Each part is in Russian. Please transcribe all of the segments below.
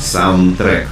Саундтрек.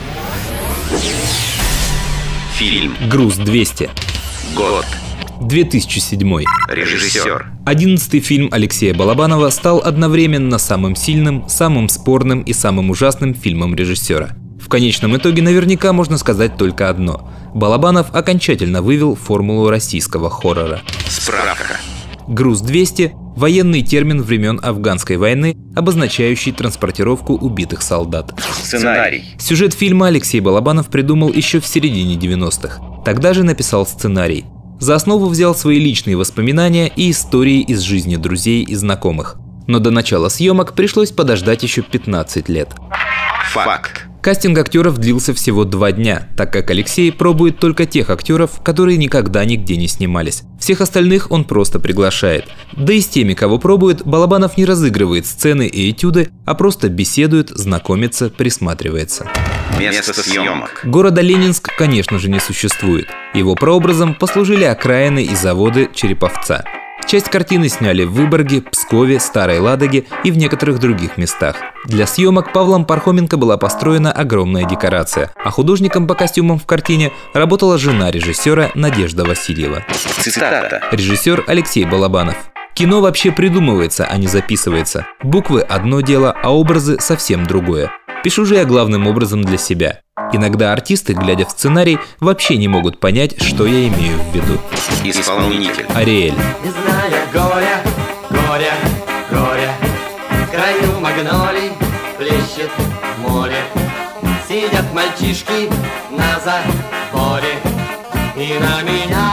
Фильм. «Груз-200». Год. 2007. Режиссер. 11-й фильм Алексея Балабанова стал одновременно самым сильным, самым спорным и самым ужасным фильмом режиссера. В конечном итоге наверняка можно сказать только одно: Балабанов окончательно вывел формулу российского хоррора. Справка. «Груз-200» – военный термин времен Афганской войны, обозначающий транспортировку убитых солдат. Сценарий. Сюжет фильма Алексей Балабанов придумал еще в середине 90-х. Тогда же написал сценарий. За основу взял свои личные воспоминания и истории из жизни друзей и знакомых. Но до начала съемок пришлось подождать еще 15 лет. Факт. Кастинг актеров длился всего 2 дня, так как Алексей пробует только тех актеров, которые никогда нигде не снимались. Всех остальных он просто приглашает. Да и с теми, кого пробует, Балабанов не разыгрывает сцены и этюды, а просто беседует, знакомится, присматривается. Место съемок. Города Ленинск, конечно же, не существует. Его прообразом послужили окраины и заводы Череповца. Часть картины сняли в Выборге, Пскове, Старой Ладоге и в некоторых других местах. Для съемок Павлом Пархоменко была построена огромная декорация, а художником по костюмам в картине работала жена режиссера Надежда Васильева. Цитата. Режиссер Алексей Балабанов. Кино вообще придумывается, а не записывается. Буквы – одно дело, а образы – совсем другое. Пишу же я главным образом для себя. Иногда артисты, глядя в сценарий, вообще не могут понять, что я имею в виду. Исполнитель. Ариэль. Не зная горя, горя, горя, в краю магнолий плещет море. Сидят мальчишки на заборе и на меня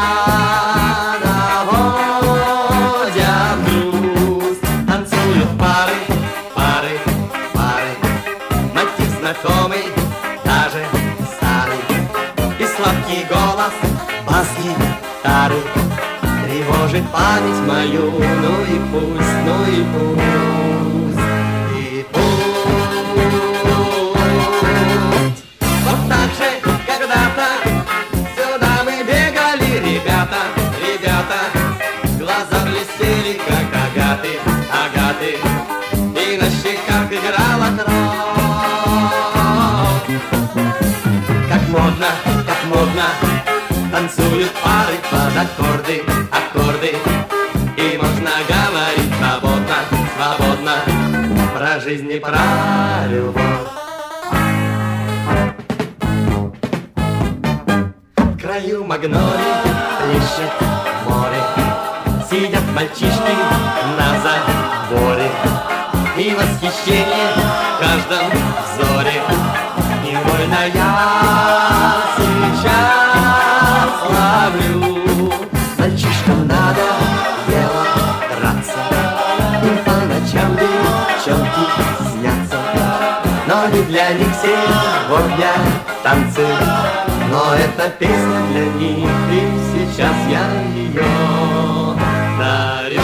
наводят груз. Танцуют пары, пары, пары, мотив знакомый, даже старый, и сладкий голос бас-гитары тревожит память мою. Ну и пусть, ну и пусть, и пусть. Вот так же когда-то сюда мы бегали, ребята, ребята, глаза блестели, как агаты, агаты, и на щеках играла кровь. Как модно танцуют пары под аккорды, аккорды, и можно говорить свободно, свободно про жизнь и про любовь. В краю магнолий плещет море, сидят мальчишки на заборе, и восхищение в каждом взоре. Невольно я сейчас ловлю. Мальчишкам надо дело драться, им по ночам девчонки снятся, но не для них сегодня танцы, но эта песня для них, и сейчас я ее дарю.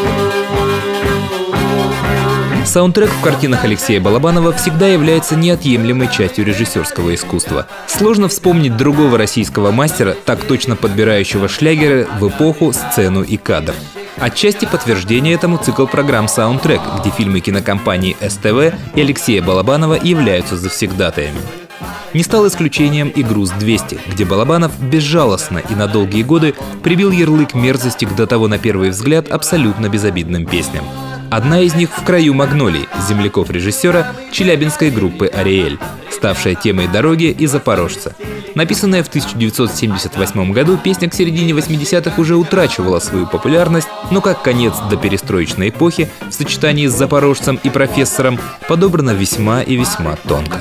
Саундтрек в картинах Алексея Балабанова всегда является неотъемлемой частью режиссерского искусства. Сложно вспомнить другого российского мастера, так точно подбирающего шлягеры в эпоху, сцену и кадр. Отчасти подтверждение этому цикл программ «Саундтрек», где фильмы кинокомпании СТВ и Алексея Балабанова являются завсегдатаями. Не стал исключением и «Груз-200», где Балабанов безжалостно и на долгие годы прибил ярлык мерзости к до того, на первый взгляд, абсолютно безобидным песням. Одна из них «В краю магнолий» земляков режиссера челябинской группы «Ариэль», ставшая темой «Дороги» и «Запорожца». Написанная в 1978 году, песня к середине 80-х уже утрачивала свою популярность, но как конец доперестроечной эпохи в сочетании с «Запорожцем» и «Профессором» подобрана весьма и весьма тонко.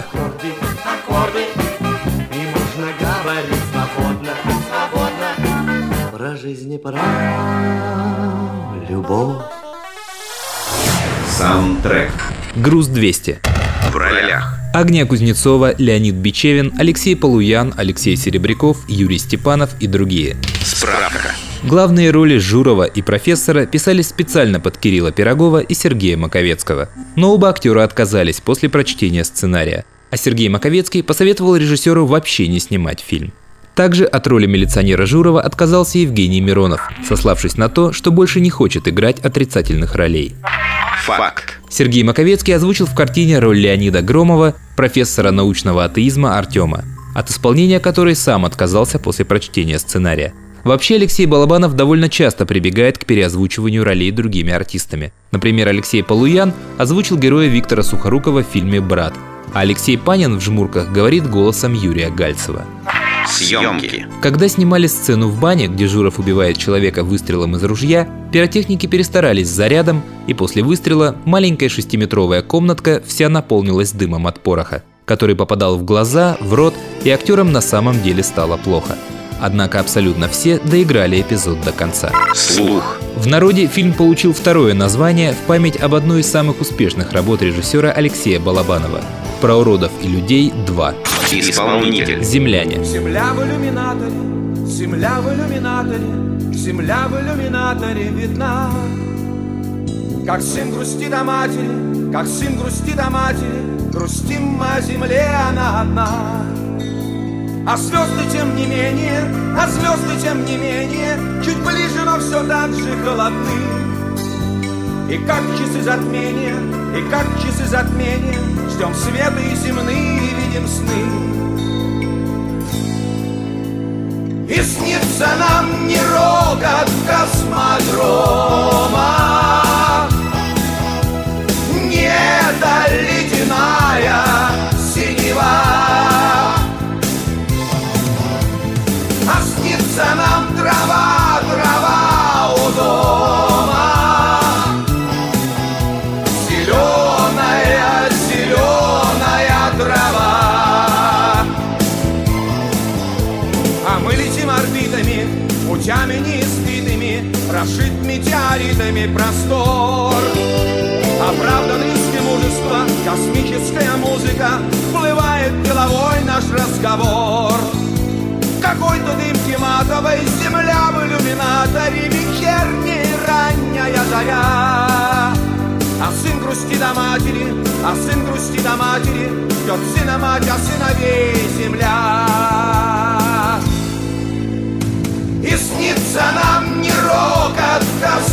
Про жизнь и про любовь. Саундтрек. «Груз-200». В ролях. Агния Кузнецова, Леонид Бичевин, Алексей Полуян, Алексей Серебряков, Юрий Степанов и другие. Справка. Главные роли Журова и профессора писались специально под Кирилла Пирогова и Сергея Маковецкого. Но оба актера отказались после прочтения сценария. А Сергей Маковецкий посоветовал режиссеру вообще не снимать фильм. Также от роли милиционера Журова отказался Евгений Миронов, сославшись на то, что больше не хочет играть отрицательных ролей. Факт. Сергей Маковецкий озвучил в картине роль Леонида Громова, профессора научного атеизма Артема, от исполнения которой сам отказался после прочтения сценария. Вообще Алексей Балабанов довольно часто прибегает к переозвучиванию ролей другими артистами. Например, Алексей Полуян озвучил героя Виктора Сухорукова в фильме «Брат», а Алексей Панин в «Жмурках» говорит голосом Юрия Гальцева. Съемки. Когда снимали сцену в бане, где Журов убивает человека выстрелом из ружья, пиротехники перестарались с зарядом, и после выстрела маленькая 6-метровая комнатка вся наполнилась дымом от пороха, который попадал в глаза, в рот, и актерам на самом деле стало плохо. Однако абсолютно все доиграли эпизод до конца. Слух. В народе фильм получил второе название в память об одной из самых успешных работ режиссера Алексея Балабанова – «Про уродов и людей 2». Исполнитель. «Земляне». Земля в иллюминаторе, земля в иллюминаторе, земля в иллюминаторе видна. Как сын грустит о матери, как сын грустит о матери, грустим мы о земле, она одна. А звезды тем не менее, а звезды тем не менее, чуть ближе, но все так же холодны. И как часы затмения, и как часы затмения, ждем света и земные, видим сны. И снится нам не рокот космодрома, не эта ледяная синева, а снится нам трава, трава у дома, зеленая, зеленая трава. А мы летим орбитами, путями неизведанными, прошит метеоритами простор. Оправданный из мужества, космическая музыка, вплывает в головой наш разговор. Какой-то дымки матовой, земля в иллюминаторе, вечерняя ранняя заря. А сын грустит о матери, а сын грустит о матери, ждет сына мать, а сыновей земля. И снится нам не рокот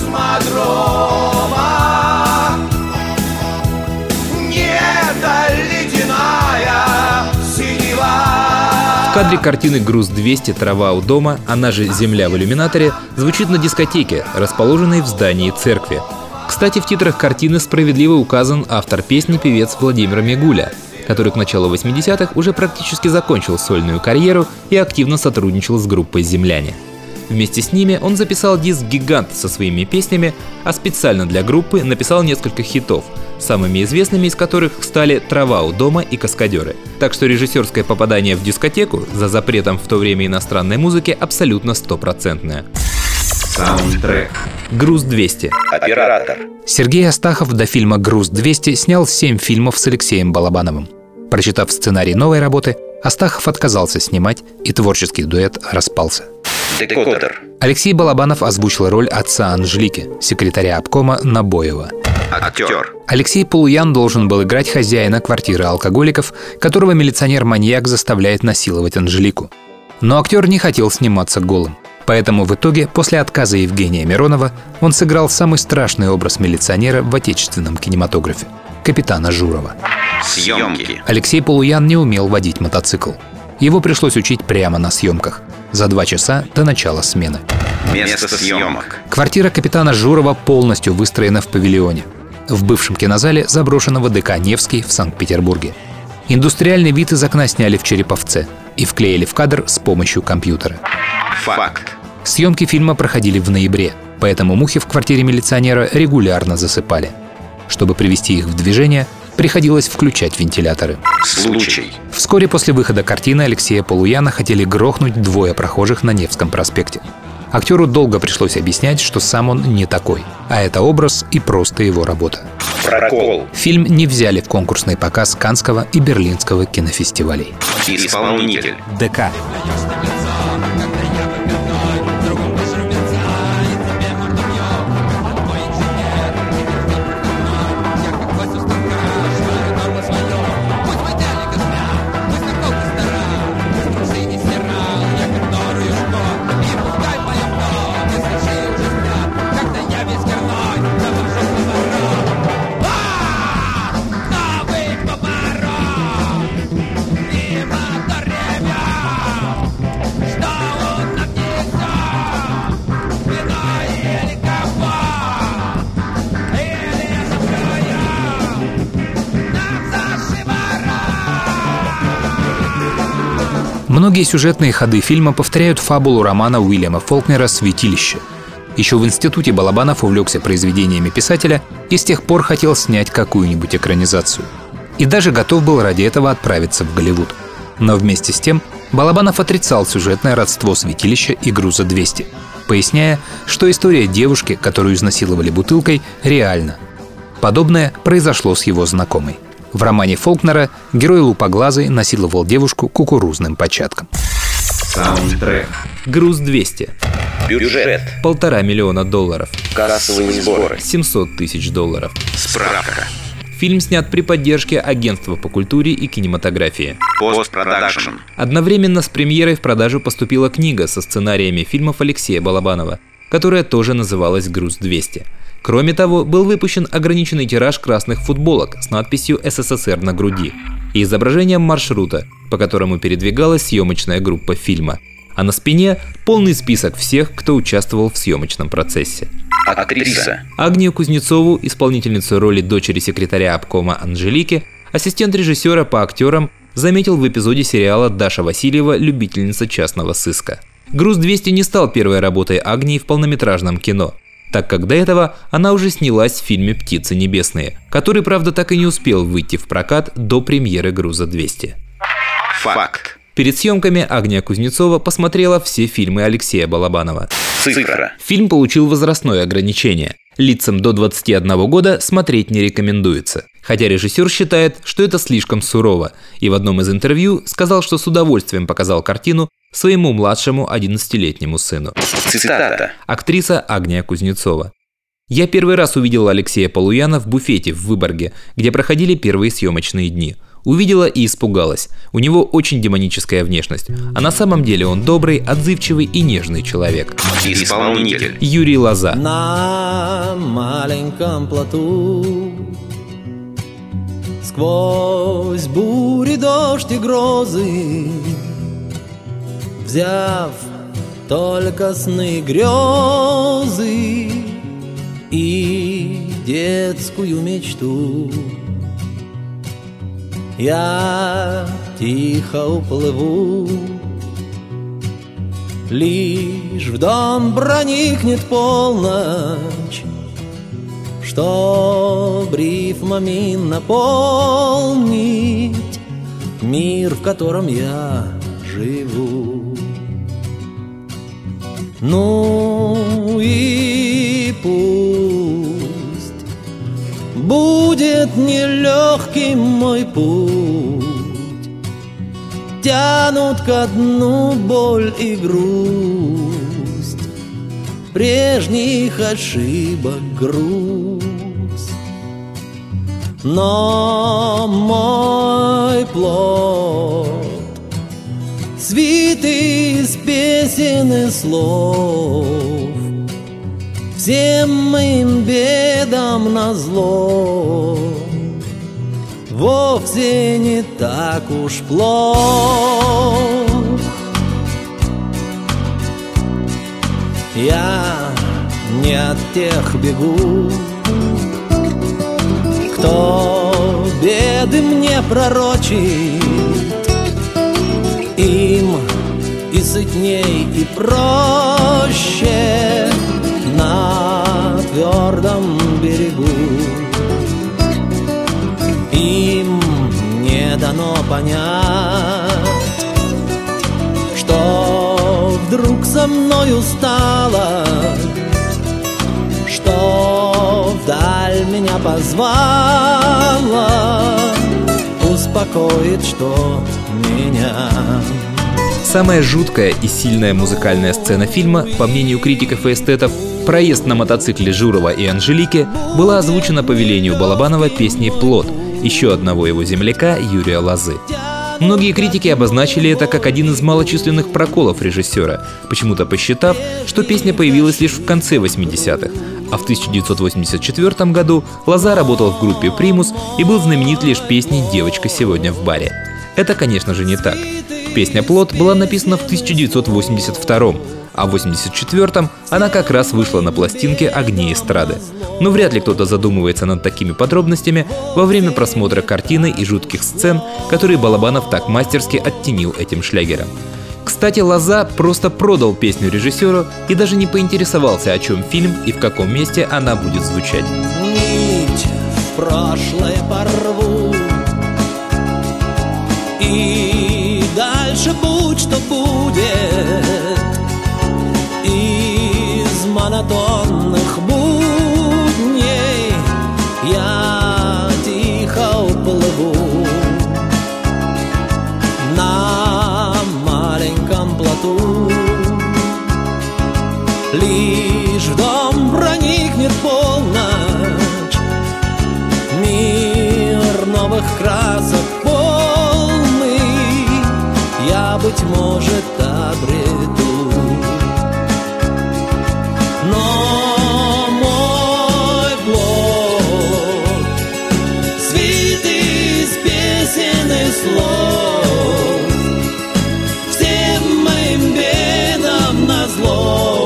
космодрома, не эта ледяная синева. В кадре картины «Груз-200. Трава у дома», она же «Земля в иллюминаторе», звучит на дискотеке, расположенной в здании церкви. Кстати, в титрах картины справедливо указан автор песни певец Владимир Мигуля, который к началу 80-х уже практически закончил сольную карьеру и активно сотрудничал с группой «Земляне». Вместе с ними он записал диск «Гигант» со своими песнями, а специально для группы написал несколько хитов, самыми известными из которых стали «Трава у дома» и «Каскадеры». Так что режиссерское попадание в дискотеку за запретом в то время иностранной музыки абсолютно стопроцентное. Саундтрек. «Груз-200». Оператор. Сергей Астахов до фильма «Груз-200» снял 7 фильмов с Алексеем Балабановым. Прочитав сценарий новой работы, Астахов отказался снимать, и творческий дуэт распался. Декодер. Алексей Балабанов озвучил роль отца Анжелики, секретаря обкома Набоева. Актер. Алексей Полуян должен был играть хозяина квартиры алкоголиков, которого милиционер-маньяк заставляет насиловать Анжелику. Но актер не хотел сниматься голым. Поэтому в итоге, после отказа Евгения Миронова, он сыграл самый страшный образ милиционера в отечественном кинематографе – капитана Журова. Съемки. Алексей Полуян не умел водить мотоцикл. Его пришлось учить прямо на съемках, за 2 часа до начала смены. Место съемок. Квартира капитана Журова полностью выстроена в павильоне, в бывшем кинозале заброшенного ДК «Невский» в Санкт-Петербурге. Индустриальный вид из окна сняли в Череповце и вклеили в кадр с помощью компьютера. Факт. Съемки фильма проходили в ноябре, поэтому мухи в квартире милиционера регулярно засыпали. Чтобы привести их в движение, приходилось включать вентиляторы. Случай. Вскоре после выхода картины Алексея Полуяна хотели грохнуть 2 прохожих на Невском проспекте. Актеру долго пришлось объяснять, что сам он не такой, а это образ и просто его работа. Прокол. Фильм не взяли в конкурсный показ Каннского и Берлинского кинофестивалей. Исполнитель. ДК. Многие сюжетные ходы фильма повторяют фабулу романа Уильяма Фолкнера «Святилище». Еще в институте Балабанов увлекся произведениями писателя и с тех пор хотел снять какую-нибудь экранизацию. И даже готов был ради этого отправиться в Голливуд. Но вместе с тем Балабанов отрицал сюжетное родство «Святилища» и «Груза-200», поясняя, что история девушки, которую изнасиловали бутылкой, реальна. Подобное произошло с его знакомой. В романе Фолкнера герой лупоглазый насиловал девушку кукурузным початком. Саундтрек. «Груз-200». Бюджет. $1,5 миллиона. Кассовые сборы. $700 тысяч. Справка. Фильм снят при поддержке Агентства по культуре и кинематографии. Постпродакшн. Одновременно с премьерой в продажу поступила книга со сценариями фильмов Алексея Балабанова, которая тоже называлась «Груз-200». Кроме того, был выпущен ограниченный тираж красных футболок с надписью «СССР» на груди и изображением маршрута, по которому передвигалась съемочная группа фильма. А на спине полный список всех, кто участвовал в съемочном процессе. Актриса. Агнию Кузнецову, исполнительницу роли дочери секретаря обкома Анжелики, ассистент режиссера по актерам, заметил в эпизоде сериала Даша Васильева «Любительница частного сыска». «Груз-200» не стал первой работой Агнии в полнометражном кино, так как до этого она уже снялась в фильме «Птицы небесные», который, правда, так и не успел выйти в прокат до премьеры «Груза-200». Факт. Перед съемками Агния Кузнецова посмотрела все фильмы Алексея Балабанова. Цифра. Фильм получил возрастное ограничение. Лицам до 21 года смотреть не рекомендуется. Хотя режиссер считает, что это слишком сурово, и в одном из интервью сказал, что с удовольствием показал картину своему младшему 11-летнему сыну. Цитата. Актриса Агния Кузнецова. «Я первый раз увидела Алексея Полуяна в буфете в Выборге, где проходили первые съемочные дни. Увидела и испугалась. У него очень демоническая внешность. А на самом деле он добрый, отзывчивый и нежный человек». Исполнитель. Юрий Лоза. На маленьком плоту сквозь бури, дождь и грозы, взяв только сны, грезы и детскую мечту, я тихо уплыву. Лишь в дом проникнет полночь, чтоб рифмами наполнить мир, в котором я живу. Ну и пусть будет нелегким мой путь, тянут ко дну боль и грусть, прежних ошибок груз. Но мой плод свит из песен и слов, всем моим бедам назло, вовсе не так уж плох. Я не от тех бегу, кто беды мне пророчит. Им и сытней, и проще на твердом берегу. Им не дано понять, что вдруг со мною стало, что вдаль меня позвала, успокоит, что меня. Самая жуткая и сильная музыкальная сцена фильма, по мнению критиков и эстетов, проезд на мотоцикле Журова и Анжелики, была озвучена по велению Балабанова песней «Плод» еще одного его земляка Юрия Лозы. Многие критики обозначили это как один из малочисленных проколов режиссера, почему-то посчитав, что песня появилась лишь в конце 80-х, а в 1984 году Лоза работал в группе «Примус» и был знаменит лишь песней «Девочка сегодня в баре». Это, конечно же, не так. Песня «Плод» была написана в 1982, а в 1984 она как раз вышла на пластинке «Огни эстрады». Но вряд ли кто-то задумывается над такими подробностями во время просмотра картины и жутких сцен, которые Балабанов так мастерски оттенил этим шлягером. Кстати, Лоза просто продал песню режиссеру и даже не поинтересовался, о чем фильм и в каком месте она будет звучать. Нить в прошлое порву, и дальше будь что будет. Из монотонных будней я тихо уплыву на маленьком плоту. Лишь в дом проникнет полночь, мир новых красок полный я, быть может, обрету. Но мой плод свит из песен и слов, всем моим бедам назло,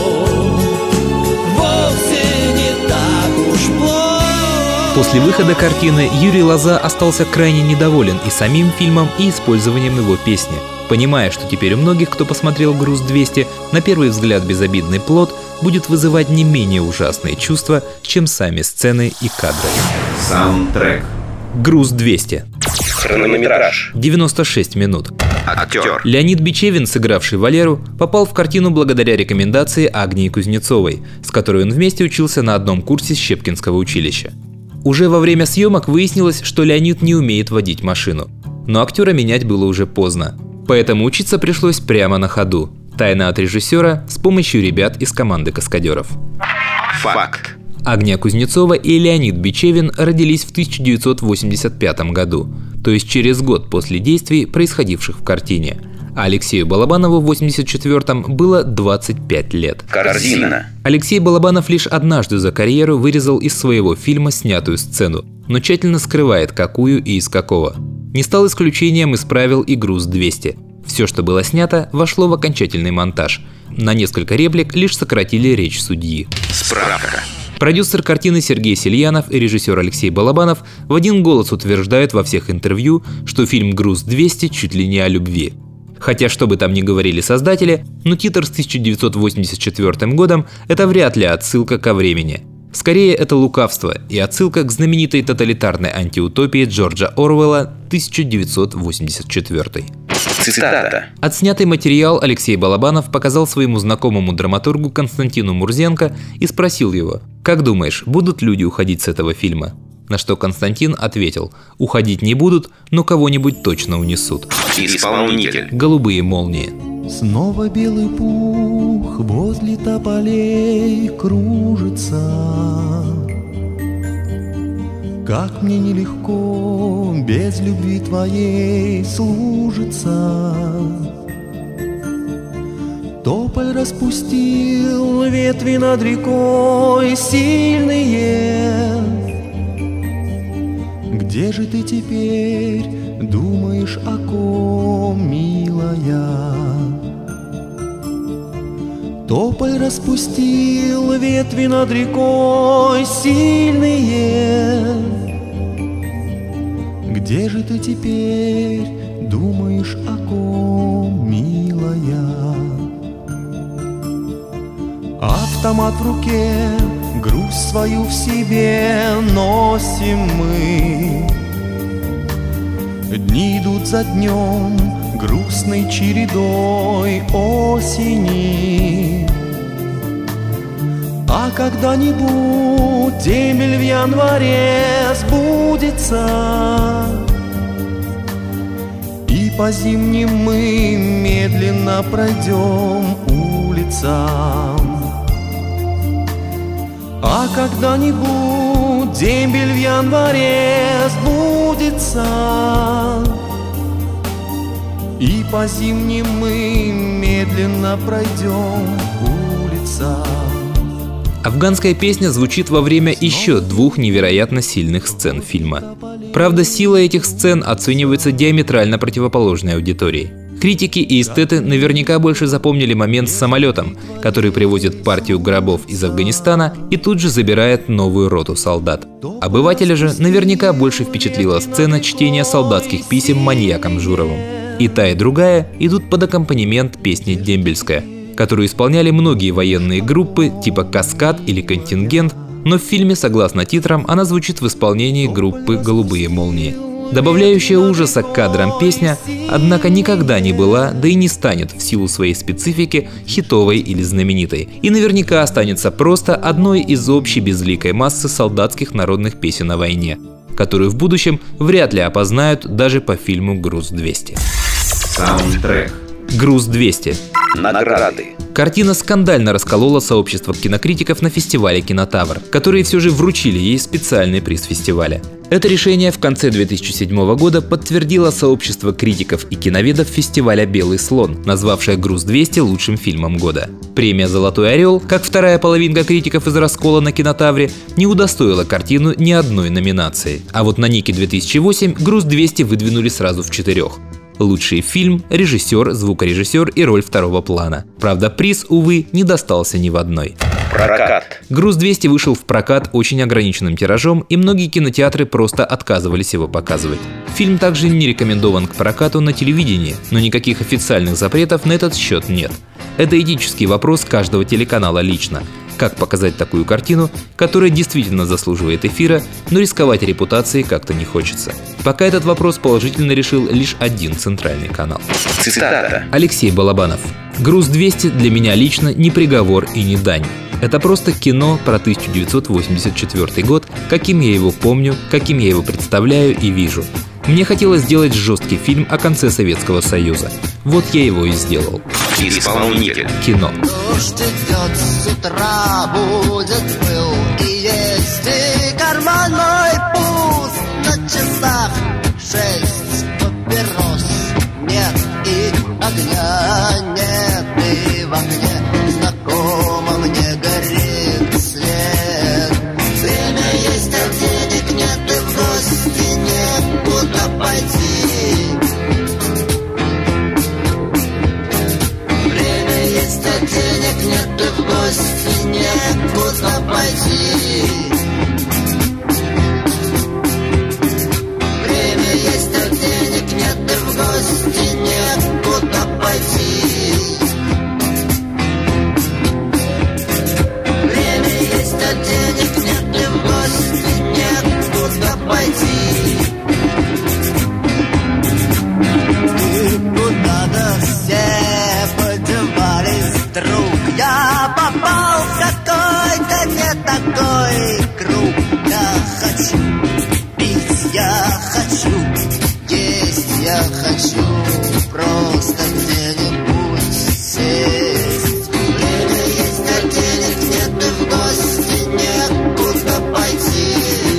вовсе не так уж плохо. После выхода картины Юрий Лоза остался крайне недоволен и самим фильмом, и использованием его песни. Понимая, что теперь у многих, кто посмотрел «Груз-200», на первый взгляд безобидный плод будет вызывать не менее ужасные чувства, чем сами сцены и кадры. Саундтрек. «Груз-200». Хронометраж. 96 минут. Актер. Леонид Бичевин, сыгравший Валеру, попал в картину благодаря рекомендации Агнии Кузнецовой, с которой он вместе учился на одном курсе Щепкинского училища. Уже во время съемок выяснилось, что Леонид не умеет водить машину. Но актера менять было уже поздно. Поэтому учиться пришлось прямо на ходу. Тайно от режиссера с помощью ребят из команды каскадеров. Факт. Агния Кузнецова и Леонид Бичевин родились в 1985 году, то есть через год после действий, происходивших в картине. А Алексею Балабанову в 1984-м было 25 лет. Корзина. Алексей Балабанов лишь однажды за карьеру вырезал из своего фильма снятую сцену, но тщательно скрывает, какую и из какого. Не стал исключением из правил и «Груз-200». Все, что было снято, вошло в окончательный монтаж. На несколько реплик лишь сократили речь судьи. Справка. Продюсер картины Сергей Сельянов и режиссер Алексей Балабанов в один голос утверждают во всех интервью, что фильм «Груз-200» чуть ли не о любви. Хотя, что бы там ни говорили создатели, но титр с 1984 годом – это вряд ли отсылка ко времени. Скорее, это лукавство и отсылка к знаменитой тоталитарной антиутопии Джорджа Оруэлла 1984. Цитата. Отснятый материал Алексей Балабанов показал своему знакомому драматургу Константину Мурзенко и спросил его: «Как думаешь, будут люди уходить с этого фильма?» На что Константин ответил: «Уходить не будут, но кого-нибудь точно унесут». Исполнитель. «Голубые молнии». Снова белый пух возле тополей кружится. Как мне нелегко без любви твоей служится. Тополь распустил ветви над рекой сильные. Где же ты теперь думаешь о ком, милая? Тополь распустил ветви над рекой сильные. Где же ты теперь думаешь о ком, милая? Автомат в руке, груз свою в себе носим мы. Дни идут за днем, грустной чередой осени. А когда-нибудь дембель в январе сбудется, и по зимним мы медленно пройдем улицам. А когда-нибудь дембель в январе сбудется, и по зимним мы медленно пройдем улицам. Афганская песня звучит во время еще двух невероятно сильных сцен фильма. Правда, сила этих сцен оценивается диаметрально противоположной аудиторией. Критики и эстеты наверняка больше запомнили момент с самолетом, который привозит партию гробов из Афганистана и тут же забирает новую роту солдат. Обывателя же наверняка больше впечатлила сцена чтения солдатских писем маньяком Журовым. И та, и другая идут под аккомпанемент песни «Дембельская», которую исполняли многие военные группы типа «Каскад» или «Контингент», но в фильме, согласно титрам, она звучит в исполнении группы «Голубые молнии». Добавляющая ужаса к кадрам песня, однако, никогда не была, да и не станет в силу своей специфики хитовой или знаменитой. И наверняка останется просто одной из общей безликой массы солдатских народных песен о войне, которую в будущем вряд ли опознают даже по фильму «Груз-200». Саундтрек. «Груз-200». Награды. Картина скандально расколола сообщество кинокритиков на фестивале «Кинотавр», которые все же вручили ей специальный приз фестиваля. Это решение в конце 2007 года подтвердило сообщество критиков и киноведов фестиваля «Белый слон», назвавшее «Груз-200» лучшим фильмом года. Премия «Золотой орел», как вторая половинка критиков из раскола на «Кинотавре», не удостоила картину ни одной номинации. А вот на Нике 2008 «Груз-200» выдвинули сразу в 4. Лучший фильм, режиссер, звукорежиссер и роль второго плана. Правда, приз, увы, не достался ни в одной. Прокат. «Груз-200» вышел в прокат очень ограниченным тиражом, и многие кинотеатры просто отказывались его показывать. Фильм также не рекомендован к прокату на телевидении, но никаких официальных запретов на этот счет нет. Это этический вопрос каждого телеканала лично. Как показать такую картину, которая действительно заслуживает эфира, но рисковать репутацией как-то не хочется. Пока этот вопрос положительно решил лишь один центральный канал. Цитата. Алексей Балабанов. «Груз-200» для меня лично не приговор и не дань. Это просто кино про 1984 год, каким я его помню, каким я его представляю и вижу. Мне хотелось сделать жесткий фильм о конце Советского Союза. Вот я его и сделал. Исполнитель. Кино. Дождь идет с утра, будет пыл, и если карман мой пуст, на часах 6 папирос нет, и огня нет, и в окне знакомо мне горит свет. Время есть, а денег нет, и в гости некуда пойти. Денег нет, и в гости некуда пойти. Время есть, а денег нет, и в гости некуда пойти. Время есть, а денег нет, и в гости некуда пойти. И куда-то все подевались вдруг. Я попал в какой-то не такой круг. Я хочу пить, я хочу есть, я хочу просто где-нибудь сесть. Время есть, а денег нет, и в гости некуда пойти.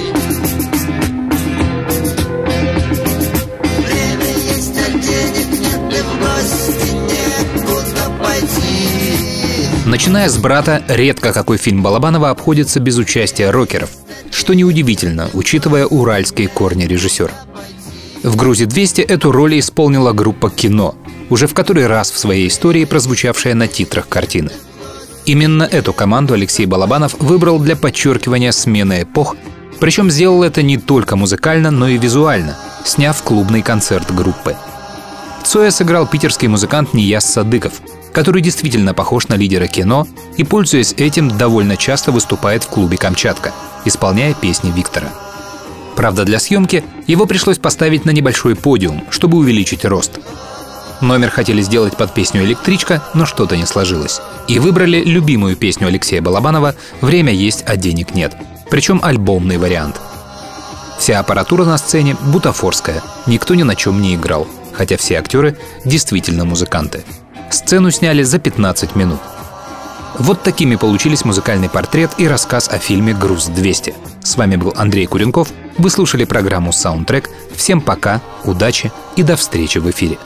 Время есть, а денег нет, и в гости некуда пойти. Начиная с «Брата», редко какой фильм Балабанова обходится без участия рокеров, что неудивительно, учитывая уральские корни режиссера. В «Грузе-200» эту роль исполнила группа «Кино», уже в который раз в своей истории прозвучавшая на титрах картины. Именно эту команду Алексей Балабанов выбрал для подчеркивания смены эпох, причем сделал это не только музыкально, но и визуально, сняв клубный концерт группы. Цоя сыграл питерский музыкант Нияз Садыков, который действительно похож на лидера «Кино» и, пользуясь этим, довольно часто выступает в клубе «Камчатка», исполняя песни Виктора. Правда, для съемки его пришлось поставить на небольшой подиум, чтобы увеличить рост. Номер хотели сделать под песню «Электричка», но что-то не сложилось. И выбрали любимую песню Алексея Балабанова «Время есть, а денег нет», причем альбомный вариант. Вся аппаратура на сцене бутафорская, никто ни на чем не играл, хотя все актеры действительно музыканты. Сцену сняли за 15 минут. Вот такими получились музыкальный портрет и рассказ о фильме «Груз-200». С вами был Андрей Куренков. Вы слушали программу «Саундтрек». Всем пока, удачи и до встречи в эфире.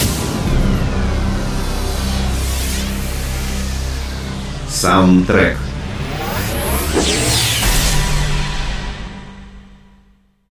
Саундтрек.